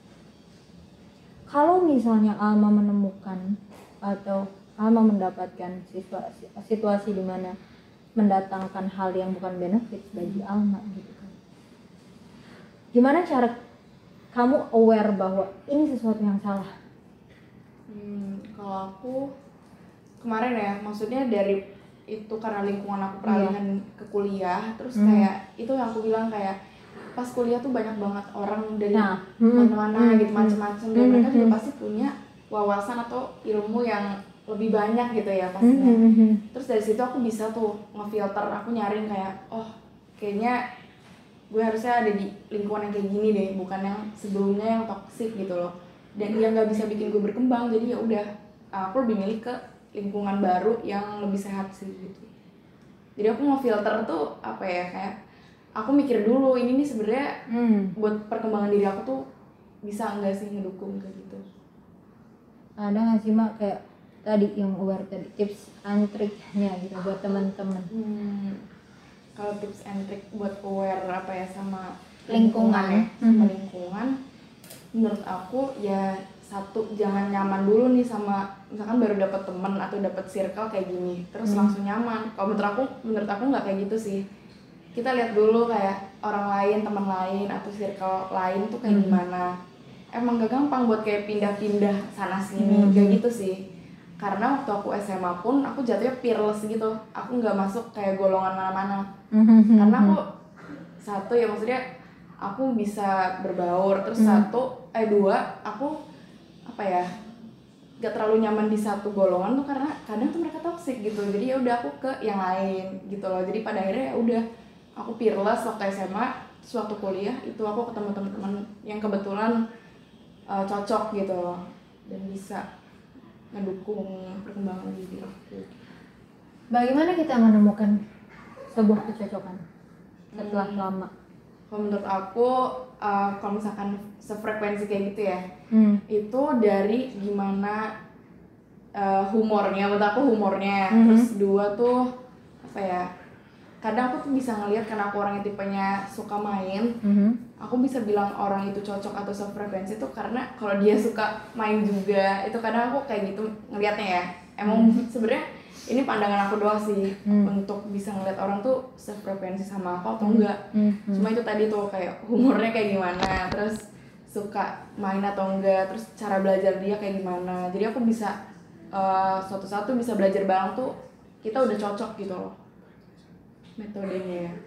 Kalau misalnya Alma menemukan atau Alma mendapatkan situasi situasi di mana mendatangkan hal yang bukan benefit bagi Alma gitu kan. Gimana cara kamu aware bahwa ini sesuatu yang salah? Hmm, kalau aku kemarin ya, maksudnya dari itu karena lingkungan aku peralihan yeah. ke kuliah, terus hmm. kayak itu yang aku bilang kayak pas kuliah tuh banyak banget orang dari nah. mana-mana hmm. gitu, macam-macam, dan hmm. mereka juga pasti punya wawasan atau ilmu yang lebih banyak gitu ya pastinya. Hmm. Terus dari situ aku bisa tuh ngefilter, aku nyaring kayak oh kayaknya gue harusnya ada di lingkungan yang kayak gini deh, bukan yang sebelumnya yang toksik gitu loh, dan yang nggak bisa bikin gue berkembang. Jadi ya udah, aku lebih milih ke lingkungan baru yang lebih sehat sih gitu. Jadi aku mau filter tuh apa ya, kayak aku mikir dulu ini nih sebenarnya hmm. buat perkembangan diri aku tuh bisa nggak sih ngedukung kayak gitu. Ada nggak sih Mak kayak tadi yang aware tadi tips and triknya gitu buat teman-teman? Hmm. Kalau tips and trick buat aware apa ya sama lingkungan, lingkungan ya, sama hmm. lingkungan, menurut aku ya satu, jangan nyaman dulu nih sama misalkan baru dapet temen atau dapet circle kayak gini terus hmm. langsung nyaman. Kalau menurut aku, menurut aku nggak kayak gitu sih. Kita lihat dulu kayak orang lain, teman lain atau circle lain tuh kayak hmm. gimana. Emang gak gampang buat kayak pindah-pindah sana sini hmm. kayak gitu sih. karena waktu aku S M A pun aku jatuhnya peerless gitu, aku nggak masuk kayak golongan mana-mana. Mhm. Karena aku satu ya maksudnya aku bisa berbaur, terus Hmm. satu eh dua aku apa ya gak terlalu nyaman di satu golongan tuh karena kadang tuh mereka toxic gitu, jadi ya udah aku ke yang lain gitu loh. Jadi pada akhirnya ya udah aku peerless waktu S M A, terus waktu kuliah itu aku ketemu teman-teman yang kebetulan uh, cocok gitu loh dan bisa ngedukung perkembangan diri aku. Bagaimana kita menemukan sebuah kecocokan setelah Hmm. lama? Kalau menurut aku uh, kalau misalkan sefrekuensi kayak gitu ya, Hmm. itu dari gimana uh, humornya, menurut aku humornya. Mhm. Terus dua tuh apa ya, kadang aku tuh bisa ngelihat karena aku orang yang tipenya suka main, Mhm. aku bisa bilang orang itu cocok atau sefrekuensi tuh karena kalau dia suka main juga, itu kadang aku kayak gitu ngelihatnya ya. Emang sebenarnya ini pandangan aku doang sih, Hmm. untuk bisa ngeliat orang tuh sefrekuensi sama aku atau enggak. Hmm. Cuma itu tadi tuh kayak humornya kayak gimana, terus suka main atau enggak, terus cara belajar dia kayak gimana. Jadi aku bisa uh, suatu saat tuh bisa belajar bareng tuh kita udah cocok gitu loh metodenya ya.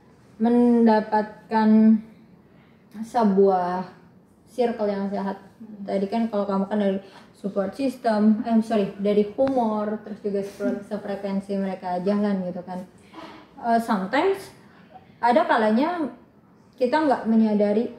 Mendapatkan sebuah circle yang sehat. Tadi kan kalau kamu kan dari support system, eh sorry dari humor, terus juga sefre- sefrekuensi mereka jalan gitu kan. Uh, sometimes ada kalanya kita nggak menyadari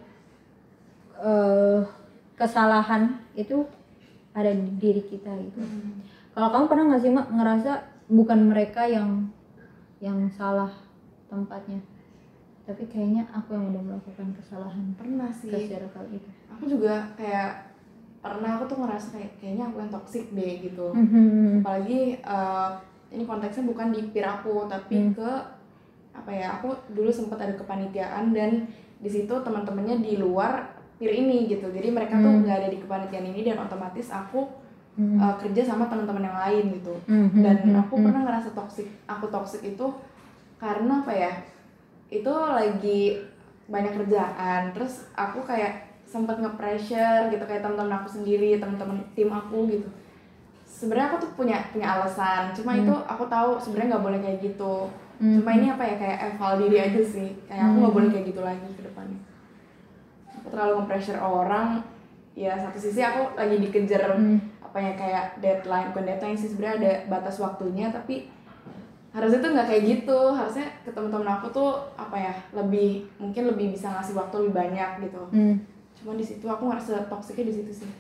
uh, kesalahan itu ada di diri kita gitu. Kalau kamu pernah nggak sih Mak ngerasa bukan mereka yang yang salah tempatnya, tapi kayaknya aku yang udah melakukan kesalahan Pernah ke sih. circle itu. Aku juga kayak pernah aku tuh ngerasa kayak kayaknya aku yang toxic deh gitu. Mhm. Apalagi uh, ini konteksnya bukan di peer aku tapi Hmm. ke apa ya, aku dulu sempat ada kepanitiaan dan di situ teman-temannya di luar peer ini gitu, jadi mereka tuh Hmm. nggak ada di kepanitiaan ini dan otomatis aku Hmm. uh, kerja sama teman-teman yang lain gitu. Mhm. Dan Mhm. aku pernah ngerasa toxic, aku toxic itu karena apa ya, itu lagi banyak kerjaan, terus aku kayak sempat nge-pressure gitu kayak teman-teman aku sendiri, teman-teman tim aku gitu. Sebenarnya aku tuh punya punya alasan, cuma Hmm. itu aku tahu sebenarnya nggak boleh kayak gitu. Hmm. Cuma ini apa ya, kayak eval diri aja sih, kayak aku nggak Hmm. boleh kayak gitu lagi ke depannya. Aku terlalu nge-pressure orang, ya satu sisi aku lagi dikejar Hmm. apa ya, kayak deadline, bukan deadline sih sebenarnya ada batas waktunya, tapi harusnya tuh nggak kayak gitu. Harusnya ke teman-teman aku tuh apa ya, lebih mungkin lebih bisa ngasih waktu lebih banyak gitu. Hmm. Cuma di situ aku ngerasa toksiknya di situ sih.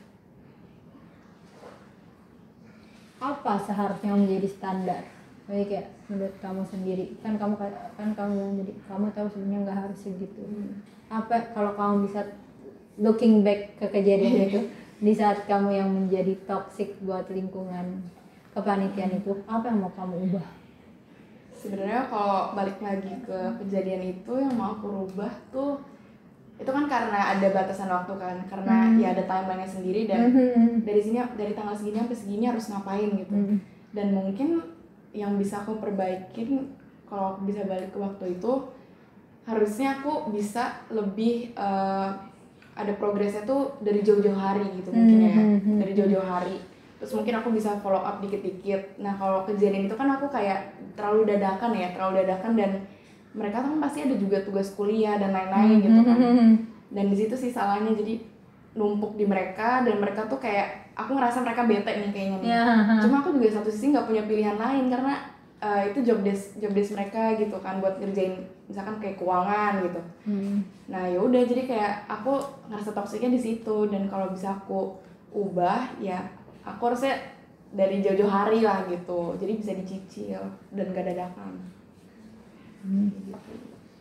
Apa seharusnya menjadi standar? Jadi kayak menurut kamu sendiri, kan kamu kan kamu bilang jadi kamu tahu sebenarnya nggak harus segitu. Apa kalau kamu bisa looking back ke kejadian itu di saat kamu yang menjadi toxic buat lingkungan kepanitiaan itu, apa yang mau kamu ubah? Sebenarnya kalau balik lagi ke kejadian itu, yang mau aku rubah tuh itu kan karena ada batasan waktu kan, karena Hmm. ya ada timeline-nya sendiri dan Mhm. dari sini dari tanggal segini sampai segini harus ngapain gitu. Mhm. Dan mungkin yang bisa aku perbaikin kalau aku bisa balik ke waktu itu, harusnya aku bisa lebih eh, ada progresnya tuh dari jauh-jauh hari gitu mungkin ya, Mhm. dari jauh-jauh hari. Terus mungkin aku bisa follow up dikit-dikit. Nah kalau kejadian itu kan aku kayak terlalu dadakan ya, terlalu dadakan dan mereka kan pasti ada juga tugas kuliah dan lain-lain gitu kan. Mhm. Dan di situ sih salahnya, jadi numpuk di mereka dan mereka tuh kayak aku ngerasa mereka bete nih kayaknya nih. Ya. Cuma aku juga satu sisi nggak punya pilihan lain karena uh, itu job desk job desk mereka gitu kan, buat ngerjain misalkan kayak keuangan gitu. Hmm. Nah ya udah, jadi kayak aku ngerasa toksiknya di situ. Dan kalau bisa aku ubah ya aku harusnya dari jauh-jauh hari lah gitu, jadi bisa dicicil dan gak dadakan. Hmm. Gitu.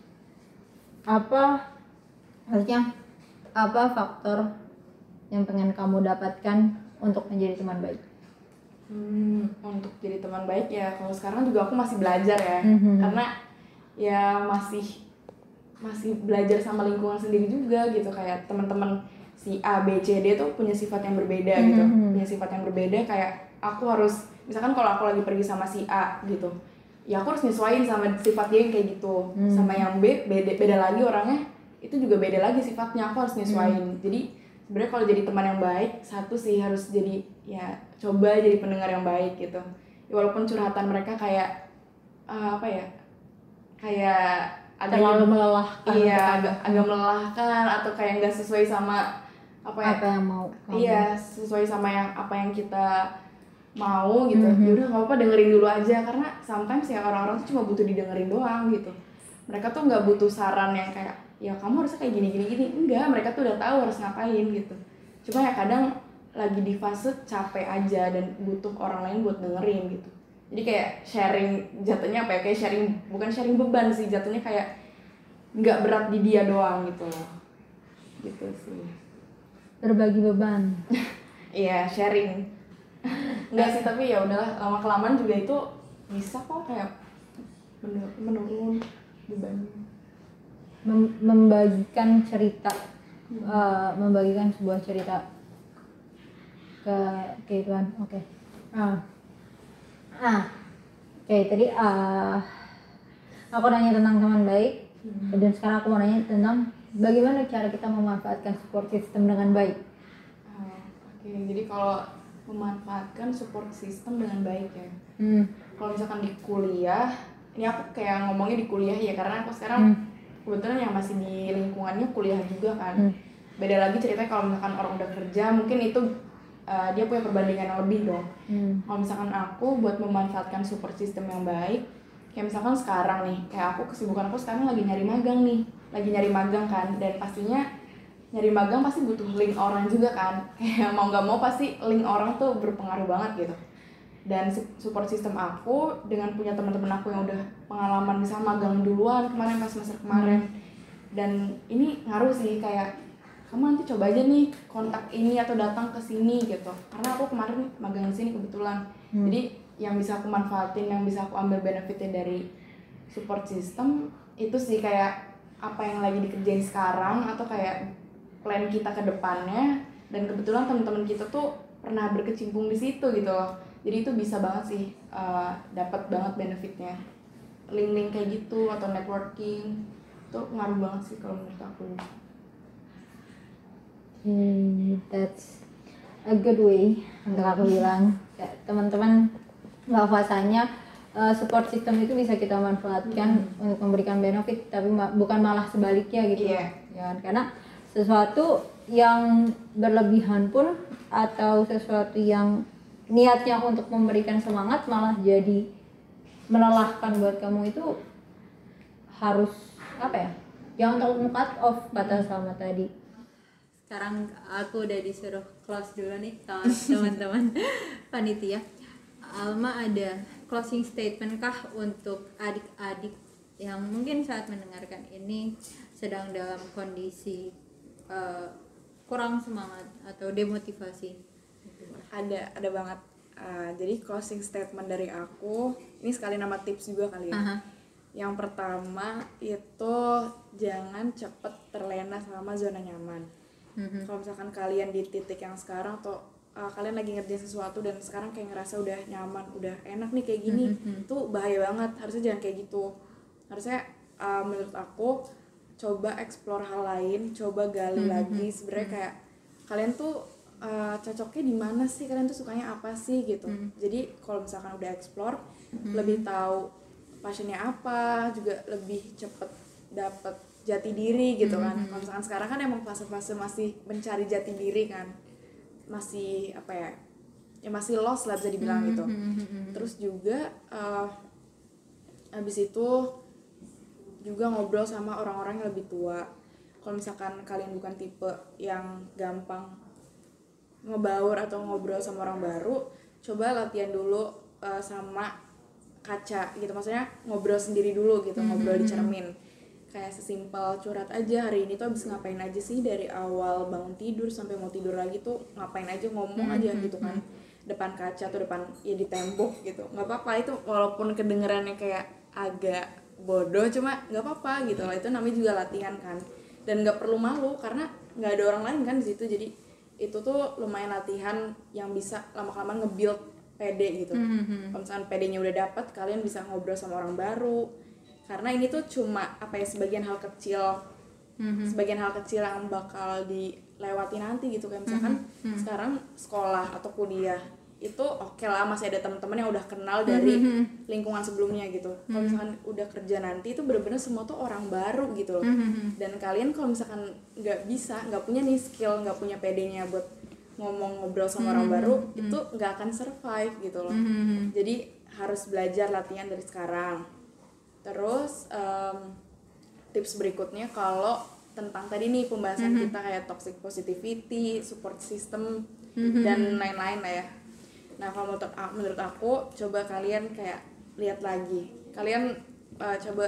Apa maksudnya apa faktor yang pengen kamu dapatkan untuk menjadi teman baik? Hmm, untuk jadi teman baik ya, kalau sekarang juga aku masih belajar ya, Mhm. karena ya masih masih belajar sama lingkungan sendiri juga gitu. Kayak teman-teman si A, B, C, D tuh punya sifat yang berbeda gitu, Mhm. punya sifat yang berbeda. Kayak aku harus, misalkan kalau aku lagi pergi sama si A gitu, ya aku harus nyesuaiin sama sifat dia yang kayak gitu. Hmm. Sama yang B, beda, beda lagi orangnya, itu juga beda lagi sifatnya, aku harus nyesuaiin. Jadi sebenarnya kalau jadi teman yang baik, satu sih harus jadi ya coba jadi pendengar yang baik gitu. Ya, walaupun curhatan mereka kayak uh, apa ya, kayak agak terlalu melelahkan, iya agak agak melelahkan atau kayak nggak sesuai sama apa ya, apa yang mau kamu. iya sesuai sama yang apa yang kita mau gitu. Mm-hmm. Ya udah nggak apa-apa, dengerin dulu aja, karena sometimes ya orang-orang tuh cuma butuh didengerin doang gitu. Mereka tuh nggak butuh saran yang kayak ya kamu harusnya kayak gini gini gini, enggak, mereka tuh udah tahu harus ngapain gitu. Cuma ya kadang lagi di fase capek aja dan butuh orang lain buat dengerin gitu. Jadi kayak sharing, jatuhnya apa ya, kayak sharing, bukan sharing beban sih, jatuhnya kayak nggak berat di dia doang gitu loh. Gitu sih. Berbagi beban. Iya, sharing. Enggak sih, tapi ya udahlah, lama kelamaan juga itu bisa kok kayak menur- menurun bebannya. Mem- membagikan cerita, hmm. uh, membagikan sebuah cerita ke kehidupan. Oke. Okay. Ah. Ah. Oke, okay, tadi uh, aku nanya tentang teman baik, hmm. dan sekarang aku mau nanya tentang bagaimana cara kita memanfaatkan support system dengan baik. Oh, Oke, okay. Jadi kalau memanfaatkan support system dengan baik ya. Hmm. Kalau misalkan di kuliah, ini aku kayak ngomongnya di kuliah ya, karena aku sekarang hmm. kebetulan yang masih di lingkungannya kuliah juga kan. Hmm. Beda lagi ceritanya kalau misalkan orang udah kerja, mungkin itu uh, dia punya perbandingan yang lebih dong. Hmm. Kalau misalkan aku buat memanfaatkan support system yang baik, kayak misalkan sekarang nih, kayak aku kesibukan aku sekarang lagi nyari magang nih, lagi nyari magang kan, dan pastinya nyari magang pasti butuh link orang juga kan, kayak mau nggak mau pasti link orang tuh berpengaruh banget gitu. Dan support system aku dengan punya teman-teman aku yang udah pengalaman bisa magang duluan kemarin pas semester kemarin, dan ini ngaruh sih, kayak kamu nanti coba aja nih kontak ini atau datang ke sini gitu, karena aku kemarin magang di sini kebetulan. hmm. Jadi yang bisa aku manfaatin, yang bisa aku ambil benefitnya dari support system itu sih, kayak apa yang lagi dikerjain sekarang atau kayak plan kita ke depannya, dan kebetulan teman-teman kita tuh pernah berkecimpung di situ gitu loh. Jadi itu bisa banget sih uh, dapat banget benefitnya. Link-link kayak gitu atau networking itu ngaruh banget sih kalau menurut aku. Hmm, that's a good way untuk aku bilang. Kayak teman-teman nggak fasanya uh, support system itu bisa kita manfaatkan hmm. untuk memberikan benefit, tapi ma- bukan malah sebaliknya gitu. Iya. Ya, karena sesuatu yang berlebihan pun atau sesuatu yang niatnya untuk memberikan semangat malah jadi melelahkan buat kamu, itu harus apa ya, jangan terlalu cut off kata Salma tadi. Sekarang aku udah disuruh close dulu nih sama teman-teman panitia. Alma, ada closing statement kah untuk adik-adik yang mungkin saat mendengarkan ini sedang dalam kondisi uh, kurang semangat atau demotivasi? Ada, ada banget. Uh, jadi closing statement dari aku, ini sekali nama tips juga kali ya. Uh-huh. Yang pertama itu jangan cepet terlena sama zona nyaman. Uh-huh. Kalau misalkan kalian di titik yang sekarang atau uh, kalian lagi ngerjain sesuatu dan sekarang kayak ngerasa udah nyaman, udah enak nih kayak gini, uh-huh. itu bahaya banget. Harusnya jangan kayak gitu. Harusnya uh, menurut aku coba explore hal lain, coba gali uh-huh. lagi. Sebenarnya kayak kalian tuh Uh, cocoknya di mana sih, kalian tuh sukanya apa sih gitu. Hmm. Jadi kalau misalkan udah explore, hmm. lebih tahu passionnya apa, juga lebih cepet dapet jati diri gitu kan. Hmm. Kalau misalkan sekarang kan emang fase-fase masih mencari jati diri kan, masih apa ya, ya masih lost lah bisa dibilang hmm. gitu. Hmm. Terus juga uh, abis itu juga ngobrol sama orang-orang yang lebih tua. Kalau misalkan kalian bukan tipe yang gampang ngebaur atau ngobrol sama orang baru, coba latihan dulu uh, sama kaca gitu, maksudnya ngobrol sendiri dulu gitu, mm-hmm. ngobrol di cermin, kayak sesimpel curhat aja, hari ini tuh abis ngapain aja sih dari awal bangun tidur sampai mau tidur lagi tuh ngapain aja, ngomong mm-hmm. aja gitu kan, depan kaca atau depan ya di tembok gitu, nggak apa-apa itu, walaupun kedengerannya kayak agak bodoh cuma nggak apa-apa gitu lah, itu namanya juga latihan kan, dan nggak perlu malu karena nggak ada orang lain kan di situ, jadi itu tuh lumayan latihan yang bisa lama-kelamaan nge-build pede gitu. Mm-hmm. Kalau misalkan pedenya udah dapet, kalian bisa ngobrol sama orang baru. Karena ini tuh cuma apa ya, sebagian hal kecil mm-hmm. sebagian hal kecil yang bakal dilewati nanti gitu. Kayak misalkan mm-hmm. sekarang sekolah atau kuliah itu oke okay lah, masih ada teman-teman yang udah kenal dari mm-hmm. lingkungan sebelumnya gitu. Mm-hmm. Kalau misalkan udah kerja nanti itu bener-bener semua tuh orang baru gitu loh. Mm-hmm. Dan kalian kalau misalkan nggak bisa, nggak punya nih skill, nggak punya pedenya buat ngomong ngobrol sama mm-hmm. orang baru, mm-hmm. itu nggak akan survive gitu loh. Mm-hmm. Jadi harus belajar latihan dari sekarang. Terus um, tips berikutnya kalau tentang tadi nih pembahasan mm-hmm. kita kayak toxic positivity, support system mm-hmm. dan lain-lain lah ya. Nah kalau menurut, menurut aku coba kalian kayak lihat lagi, kalian uh, coba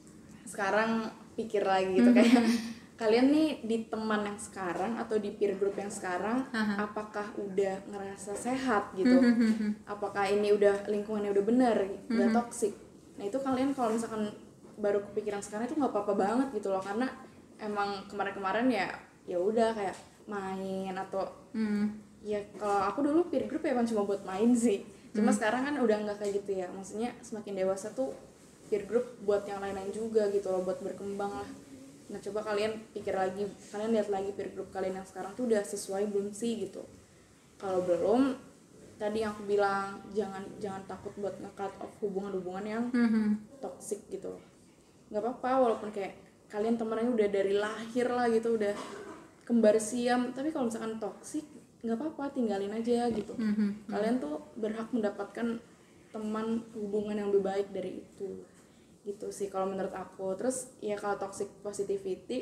sekarang pikir lagi gitu mm-hmm. kayak kalian nih di teman yang sekarang atau di peer group yang sekarang uh-huh. apakah udah ngerasa sehat gitu, mm-hmm. apakah ini udah lingkungannya udah bener, mm-hmm. udah toxic. Nah itu kalian kalau misalkan baru kepikiran sekarang itu nggak apa-apa banget gitu loh, karena emang kemarin-kemarin ya ya udah kayak main atau mm. ya kalau aku dulu peer group ya emang cuma buat main sih, cuma hmm. sekarang kan udah nggak kayak gitu ya, maksudnya semakin dewasa tuh peer group buat yang lain-lain juga gitu loh, buat berkembang lah. Nah coba kalian pikir lagi, kalian lihat lagi peer group kalian yang sekarang tuh udah sesuai belum sih gitu. Kalau belum, tadi yang aku bilang jangan jangan takut buat nge-cut off hubungan-hubungan yang hmm. toxic gitu. Nggak apa-apa walaupun kayak kalian temennya udah dari lahir lah gitu, udah kembar siam, tapi kalau misalkan toxic nggak apa-apa, tinggalin aja gitu. Mm-hmm. Kalian tuh berhak mendapatkan teman hubungan yang lebih baik dari itu gitu sih kalau menurut aku. Terus ya kalau toxic positivity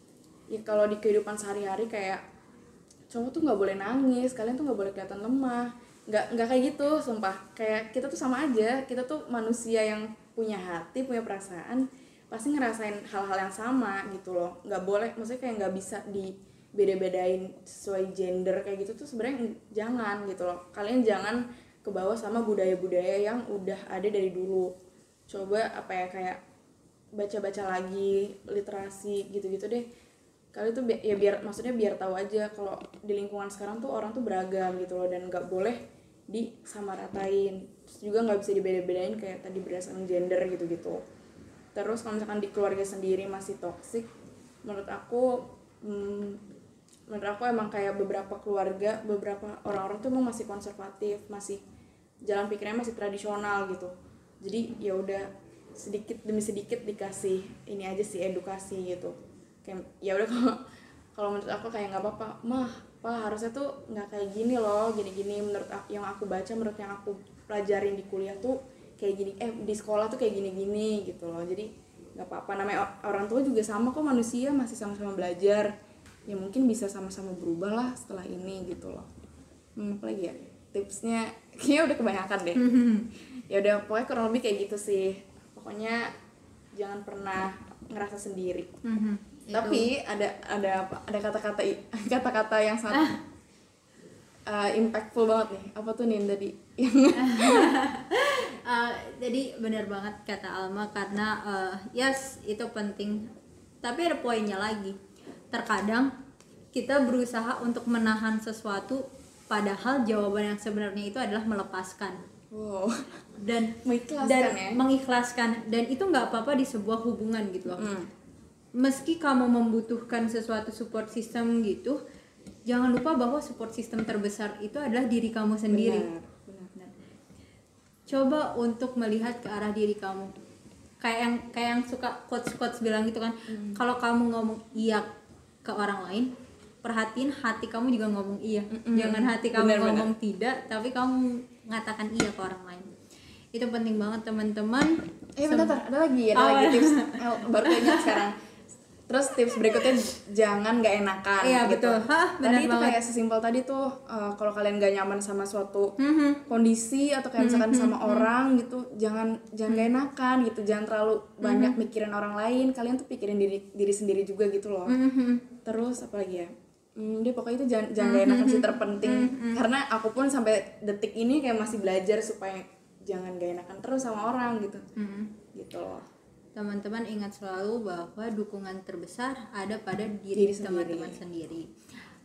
ya kalau di kehidupan sehari-hari kayak cowok tuh nggak boleh nangis, kalian tuh nggak boleh kelihatan lemah, nggak nggak kayak gitu sumpah. Kayak kita tuh sama aja, kita tuh manusia yang punya hati, punya perasaan, pasti ngerasain hal-hal yang sama gitu loh. Nggak boleh, maksudnya kayak nggak bisa di beda-bedain sesuai gender kayak gitu tuh sebenarnya jangan gitu loh. Kalian jangan kebawa sama budaya-budaya yang udah ada dari dulu. Coba apa ya kayak baca-baca lagi, literasi gitu-gitu deh. Kalian tuh bi- ya biar maksudnya biar tahu aja kalau di lingkungan sekarang tuh orang tuh beragam gitu loh, dan nggak boleh disamaratain. Terus juga nggak bisa dibeda-bedain kayak tadi berdasarkan gender gitu-gitu. Terus kalau misalkan di keluarga sendiri masih toksik, menurut aku hmm, menurut aku emang kayak beberapa keluarga, beberapa orang-orang tuh emang masih konservatif, masih jalan pikirnya masih tradisional gitu. Jadi ya udah sedikit demi sedikit dikasih ini aja sih, edukasi gitu. Kayak ya udah kalau kalau menurut aku kayak nggak apa-apa, mah pak harusnya tuh nggak kayak gini loh, gini-gini. Menurut aku, yang aku baca, menurut yang aku pelajarin di kuliah tuh kayak gini, eh di sekolah tuh kayak gini-gini gitu loh. Jadi nggak apa-apa, namanya orang tua juga sama kok, manusia masih sama-sama belajar. Ya mungkin bisa sama-sama berubah lah setelah ini gitu loh. Hmm, apa lagi ya tipsnya? Kayaknya udah kebanyakan deh. Ya udah pokoknya kurang lebih kayak gitu sih. Pokoknya jangan pernah ngerasa sendiri. Mm-hmm. Tapi ada ada apa? Ada kata-kata kata-kata yang sangat ah. uh, impactful banget nih. Apa tuh nih tadi? uh, jadi benar banget kata Alma, karena uh, yes itu penting. Tapi ada poinnya lagi. Terkadang kita berusaha untuk menahan sesuatu, padahal jawaban yang sebenarnya itu adalah melepaskan. Wow. Dan mengikhlaskan dan ya? mengikhlaskan dan itu nggak apa-apa di sebuah hubungan gitu loh. Mm. Meski kamu membutuhkan sesuatu support system gitu, jangan lupa bahwa support system terbesar itu adalah diri kamu sendiri. Benar, benar. Coba untuk melihat ke arah diri kamu. Kayak yang kayak yang suka quotes-quotes bilang gitu kan, mm. kalau kamu ngomong iya ke orang lain, perhatiin hati kamu juga ngomong iya. Mm-mm. Jangan hati kamu bener, ngomong bener. tidak, tapi kamu mengatakan iya ke orang lain. Itu penting banget teman-teman. Eh bentar, bentar, ada lagi, ada oh, lagi tips. Oh, baru keinget sekarang. Terus tips berikutnya jangan nggak enakan. Iya gitu. betul. Hah, benar tadi banget. Itu kayak sesimpel tadi tuh, uh, kalau kalian nggak nyaman sama suatu mm-hmm. kondisi atau kayak misalkan mm-hmm. sama orang gitu, jangan jangan nggak mm-hmm. enakan gitu, jangan terlalu mm-hmm. banyak mikirin orang lain. Kalian tuh pikirin diri diri sendiri juga gitu loh. Mm-hmm. Terus apa lagi ya? Hmm, dia pokoknya itu jangan jangan mm-hmm. gak enakan sih terpenting. Mm-hmm. Karena aku pun sampai detik ini kayak masih belajar supaya jangan gak enakan terus sama orang gitu. Mm-hmm. Gitu loh. Teman-teman ingat selalu bahwa dukungan terbesar ada pada diri, diri teman-teman sendiri. sendiri.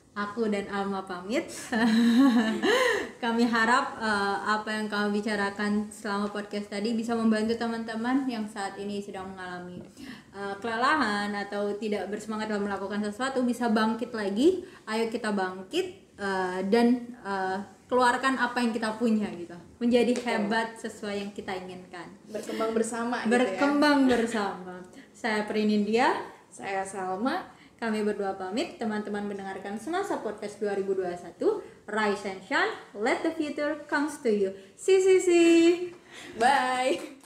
Aku dan Alma pamit. Kami harap uh, apa yang kami bicarakan selama podcast tadi bisa membantu teman-teman yang saat ini sedang mengalami uh, kelelahan atau tidak bersemangat dalam melakukan sesuatu, bisa bangkit lagi. Ayo kita bangkit uh, dan uh, keluarkan apa yang kita punya gitu. Menjadi hebat sesuai yang kita inginkan. Berkembang bersama Berkembang gitu ya. bersama. Saya Prinindia, Saya Salma. kami berdua pamit. Teman-teman mendengarkan Semasa Podcast dua ribu dua puluh satu. Rise and shine, let the future comes to you. See, see, see. Bye.